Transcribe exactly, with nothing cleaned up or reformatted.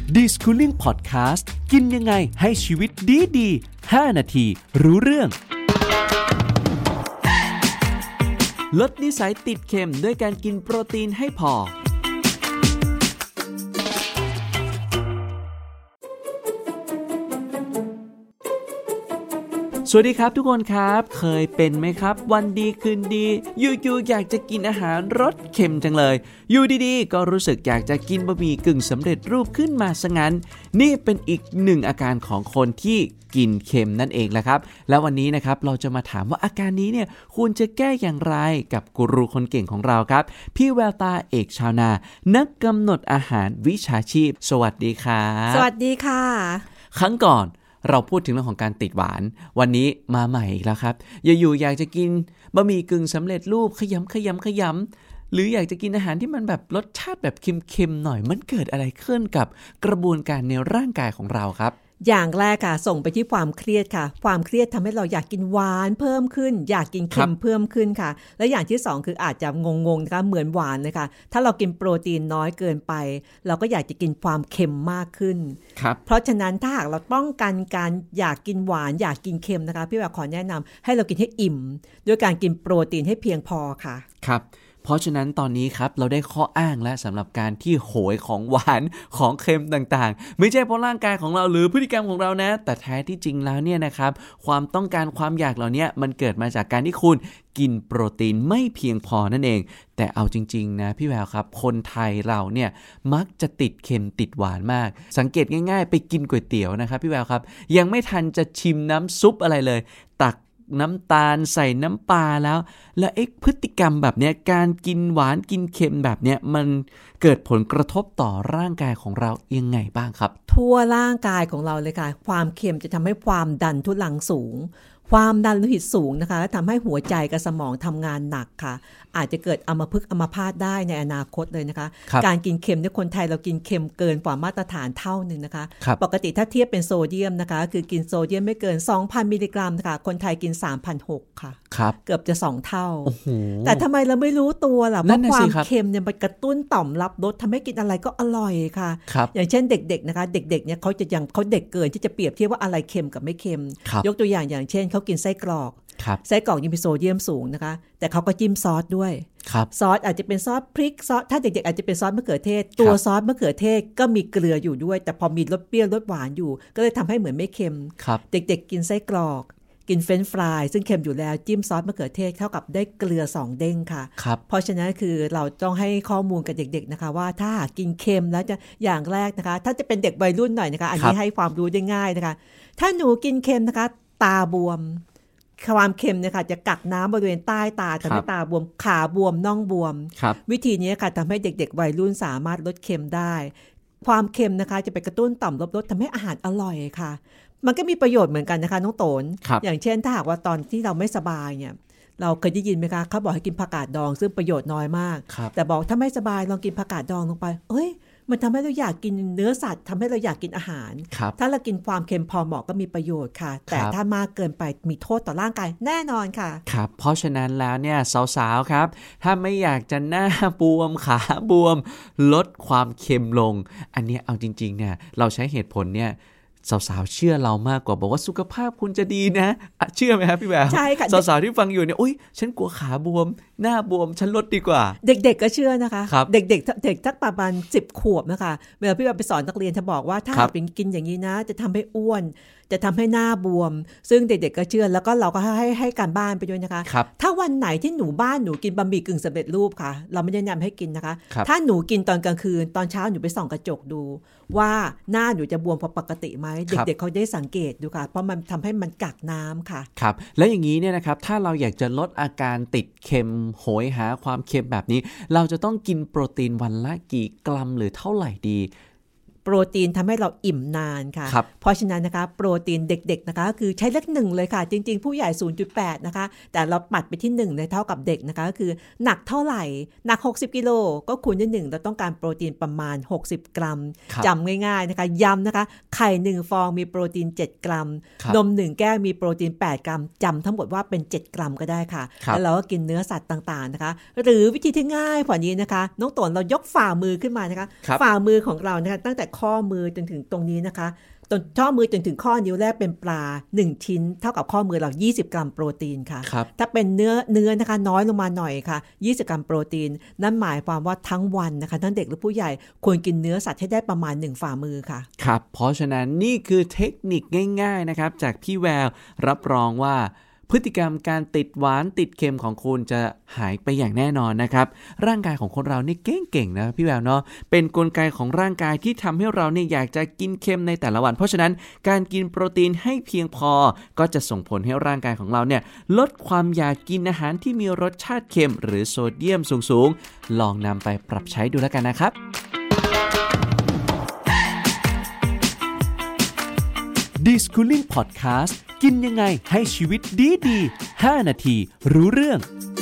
Deschooling Podcast กินยังไงให้ชีวิตดีดีห้านาทีรู้เรื่องลดนิสัยติดเค็มด้วยการกินโปรตีนให้พอสวัสดีครับทุกคนครับเคยเป็นไหมครับวันดีคืนดีอยู่ๆอยากจะกินอาหารรสเค็มจังเลยอยู่ดีๆก็รู้สึกอยากจะกินบะหมี่กึ่งสำเร็จรูปขึ้นมาซะงั้นนี่เป็นอีกหนึ่งอาการของคนที่กินเค็มนั่นเองแหละครับแล้ววันนี้นะครับเราจะมาถามว่าอาการนี้เนี่ยควรจะแก้อย่างไรกับกูรูคนเก่งของเราครับพี่แววตาเอกชาวนานักกำหนดอาหารวิชาชีพสวัสดีครับสวัสดีค่ะครั้งก่อนเราพูดถึงเรื่องของการติดหวานวันนี้มาใหม่อีกแล้วครับอยู่ๆอยากจะกินบะหมี่กึ่งสำเร็จรูปขยำขยำขยำหรืออยากจะกินอาหารที่มันแบบรสชาติแบบเค็มๆหน่อยมันเกิดอะไรขึ้นกับกระบวนการในร่างกายของเราครับอย่างแรกค่ะส่งไปที่ความเครียดค่ะความเครียดทำให้เราอยากกินหวานเพิ่มขึ้นอยากกินเค็มเพิ่มขึ้นค่ะและอย่างที่สองคืออาจจะงงๆนะคะเหมือนหวานเลยค่ะถ้าเรากินโปรตีนน้อยเกินไปเราก็อยากจะกินความเค็มมากขึ้นครับเพราะฉะนั้นถ้าหากเราป้องกันการอยากกินหวานอยากกินเค็มนะคะพี่แบบขอแนะนำให้เรากินให้อิ่มด้วยการกินโปรตีนให้เพียงพอค่ะครับเพราะฉะนั้นตอนนี้ครับเราได้ข้ออ้างและสำหรับการที่โหยของหวานของเค็มต่างๆไม่ใช่เพราะร่างกายของเราหรือพฤติกรรมของเรานะแต่แท้ที่จริงแล้วเนี่ยนะครับความต้องการความอยากเหล่านี้มันเกิดมาจากการที่คุณกินโปรตีนไม่เพียงพอนั่นเองแต่เอาจริงๆนะพี่แววครับคนไทยเราเนี่ยมักจะติดเค็มติดหวานมากสังเกตง่ายๆไปกินก๋วยเตี๋ยวนะครับพี่แววครับยังไม่ทันจะชิมน้ำซุปอะไรเลยตักน้ำตาลใส่น้ำปลาแล้วและไอ้พฤติกรรมแบบเนี้ยการกินหวานกินเค็มแบบเนี้ยมันเกิดผลกระทบต่อร่างกายของเรายังไงบ้างครับทั่วร่างกายของเราเลยค่ะความเค็มจะทำให้ความดันทุรังสูงความดันโลหิตสูงนะคะและทำให้หัวใจกับสมองทำงานหนักค่ะอาจจะเกิดอัมพฤกษ์อัมพาตได้ในอนาคตเลยนะคะการกินเค็มในคนไทยเรากินเค็มเกินกว่ามาตรฐานเท่านึงนะคะปกติถ้าเทียบเป็นโซเดียมนะคะคือกินโซเดียมไม่เกิน สองพัน มิลลิกรัมนะคะคนไทยกิน สามพันหกร้อย ค่ะเกือบจะสองเท่าแต่ทำไมเราไม่รู้ตัวล่ะเพราะความเค็มเนี่ยมันกระตุ้นต่อมรับรสทำให้กินอะไรก็อร่อยค่ะอย่างเช่นเด็กๆนะคะเด็กๆเนี่ยเขาจะยังเขาเด็กเกินที่จะเปรียบเทียบว่าอะไรเค็มกับไม่เค็มยกตัวอย่างอย่างเช่นเขากินไส้กรอกไส้กรอกยังมีโซเดียมสูงนะคะแต่เขาก็จิ้มซอสด้วยซอสอาจจะเป็นซอสพริกซอสถ้าเด็กๆอาจจะเป็นซอสมะเขือเทศตัวซอสมะเขือเทศก็มีเกลืออยู่ด้วยแต่พอมีรสเปรี้ยวรสหวานอยู่ก็เลยทำให้เหมือนไม่เค็มเด็กๆกินไส้กรอกกินเฟรนช์ฟรายซึ่งเค็มอยู่แล้วจิ้มซอสมะเขือเทศเท่ากับได้เกลือสองเด้งค่ะเพราะฉะนั้นคือเราต้องให้ข้อมูลกับเด็กๆนะคะว่าถ้ากินเค็มแล้วจะอย่างแรกนะคะถ้าจะเป็นเด็กวัยรุ่นหน่อยนะคะอันนี้ให้ความรู้ได้ง่ายนะคะถ้าหนูกินเค็มนะคะตาบวมความเค็มเนี่ยค่ะจะกักน้ำบริเวณใต้ตาทำให้ตาบวมขาบวมน่องบวมวิธีนี้ค่ะทำให้เด็กๆวัยรุ่นสามารถลดเค็มได้ความเค็มนะคะจะไปกระตุ้นต่อมรับรสทำให้อาหารอร่อยค่ะมันก็มีประโยชน์เหมือนกันนะคะน้องโตนอย่างเช่นถ้าหากว่าตอนที่เราไม่สบายเนี่ยเราเคยได้ยินไหมคะเขาบอกให้กินผักกาดดองซึ่งประโยชน์น้อยมากแต่บอกถ้าไม่สบายลองกินผักกาดดองลงไปเอ้ยมันทำให้เราอยากกินเนื้อสัตว์ทำให้เราอยากกินอาหารถ้าเรากินความเค็มพอเหมาะก็มีประโยชน์ค่ะแต่ถ้ามากเกินไปมีโทษต่อร่างกายแน่นอนค่ะครับเพราะฉะนั้นแล้วเนี่ยสาวๆครับถ้าไม่อยากจะหน้าบวมขาบวมลดความเค็มลงอันนี้เอาจริงๆเนี่ยเราใช้เหตุผลเนี่ยสาวๆเชื่อเรามากกว่าบอกว่าสุขภาพคุณจะดีนะเชื่อไหมครับพี่แววใช่ค่ะสาวๆที่ฟังอยู่เนี่ยอุ๊ยฉันกลัวขาบวมหน้าบวมฉันลดดีกว่าเด็กๆก็เชื่อนะคะเด็กๆเด็กสักประมาณสิบขวบนะคะเวลาพี่แววไปสอนนักเรียนจะบอกว่าถ้าเป็นกินอย่างนี้นะจะทำให้อ้วนจะทำให้หน้าบวมซึ่งเด็กๆก็เชื่อแล้วก็เราก็ให้ให้การบ้านไปด้วยนะคะถ้าวันไหนที่หนูบ้านหนูกินบะหมี่กึ่งสำเร็จรูปค่ะเราไม่ได้แนะนำให้กินนะคะถ้าหนูกินตอนกลางคืนตอนเช้าหนูไปส่องกระจกดูว่าหน้าหนูจะบวมพอปกติไหมเด็กๆเขาได้สังเกตดูค่ะเพราะมันทำให้มันกักน้ำค่ะครับแล้วอย่างนี้เนี่ยนะครับถ้าเราอยากจะลดอาการติดเค็มโหยหาความเค็มแบบนี้เราจะต้องกินโปรตีนวันละกี่กรัมหรือเท่าไหร่ดีโปรตีนทำให้เราอิ่มนานค่ะเพราะฉะนั้นนะคะโปรตีนเด็กๆนะคะคือใช้เลขหนึ่งเลยค่ะจริงๆผู้ใหญ่ ศูนย์จุดแปด นะคะแต่เราปัดไปที่หนึ่งเลยเท่ากับเด็กนะคะก็คือหนักเท่าไหร่หนักหกสิบกิโลก็คูณด้วยหนึ่งเราต้องการโปรตีนประมาณหกสิบกรัมจำง่ายๆนะคะย้ำนะคะไข่หนึ่งฟองมีโปรตีนเจ็ดกรัมนมหนึ่งแก้วมีโปรตีนแปดกรัมจำทั้งหมดว่าเป็นเจ็ดกรัมก็ได้ค่ะแล้วเราก็กินเนื้อสัตว์ต่างๆนะคะหรือวิธีที่ง่ายกว่านี้นะคะน้องตนเรายกฝ่ามือขึ้นมานะคะฝ่ามือของเรานะคะตั้งแต่ข้อมือจนถึงตรงนี้นะคะตรงข้อมือจนถึงข้อนิ้วแรกเป็นปลาหนึ่งชิ้นเท่ากับข้อมือเรายี่สิบกรัมโปรตีนค่ะถ้าเป็นเนื้อเนื้อนะคะน้อยลงมาหน่อยค่ะยี่สิบกรัมโปรตีนนั่นหมายความว่าทั้งวันนะคะทั้งเด็กหรือผู้ใหญ่ควรกินเนื้อสัตว์ให้ได้ประมาณหนึ่งฝ่ามือค่ะครับเพราะฉะนั้นนี่คือเทคนิคง่ายๆนะครับจากพี่แววรับรองว่าพฤติกรรมการติดหวานติดเค็มของคุณจะหายไปอย่างแน่นอนนะครับร่างกายของคนเรานี่เก่งๆนะพี่แววเนาะเป็นกลไกของร่างกายที่ทำให้เราเนี่ยอยากจะกินเค็มในแต่ละวันเพราะฉะนั้นการกินโปรตีนให้เพียงพอก็จะส่งผลให้ร่างกายของเราเนี่ยลดความอยากกินอาหารที่มีรสชาติเค็มหรือโซเดียมสูงๆลองนำไปปรับใช้ดูแล้วกันนะครับDiscooling Podcast กินยังไงให้ชีวิตดีๆห้านาทีรู้เรื่อง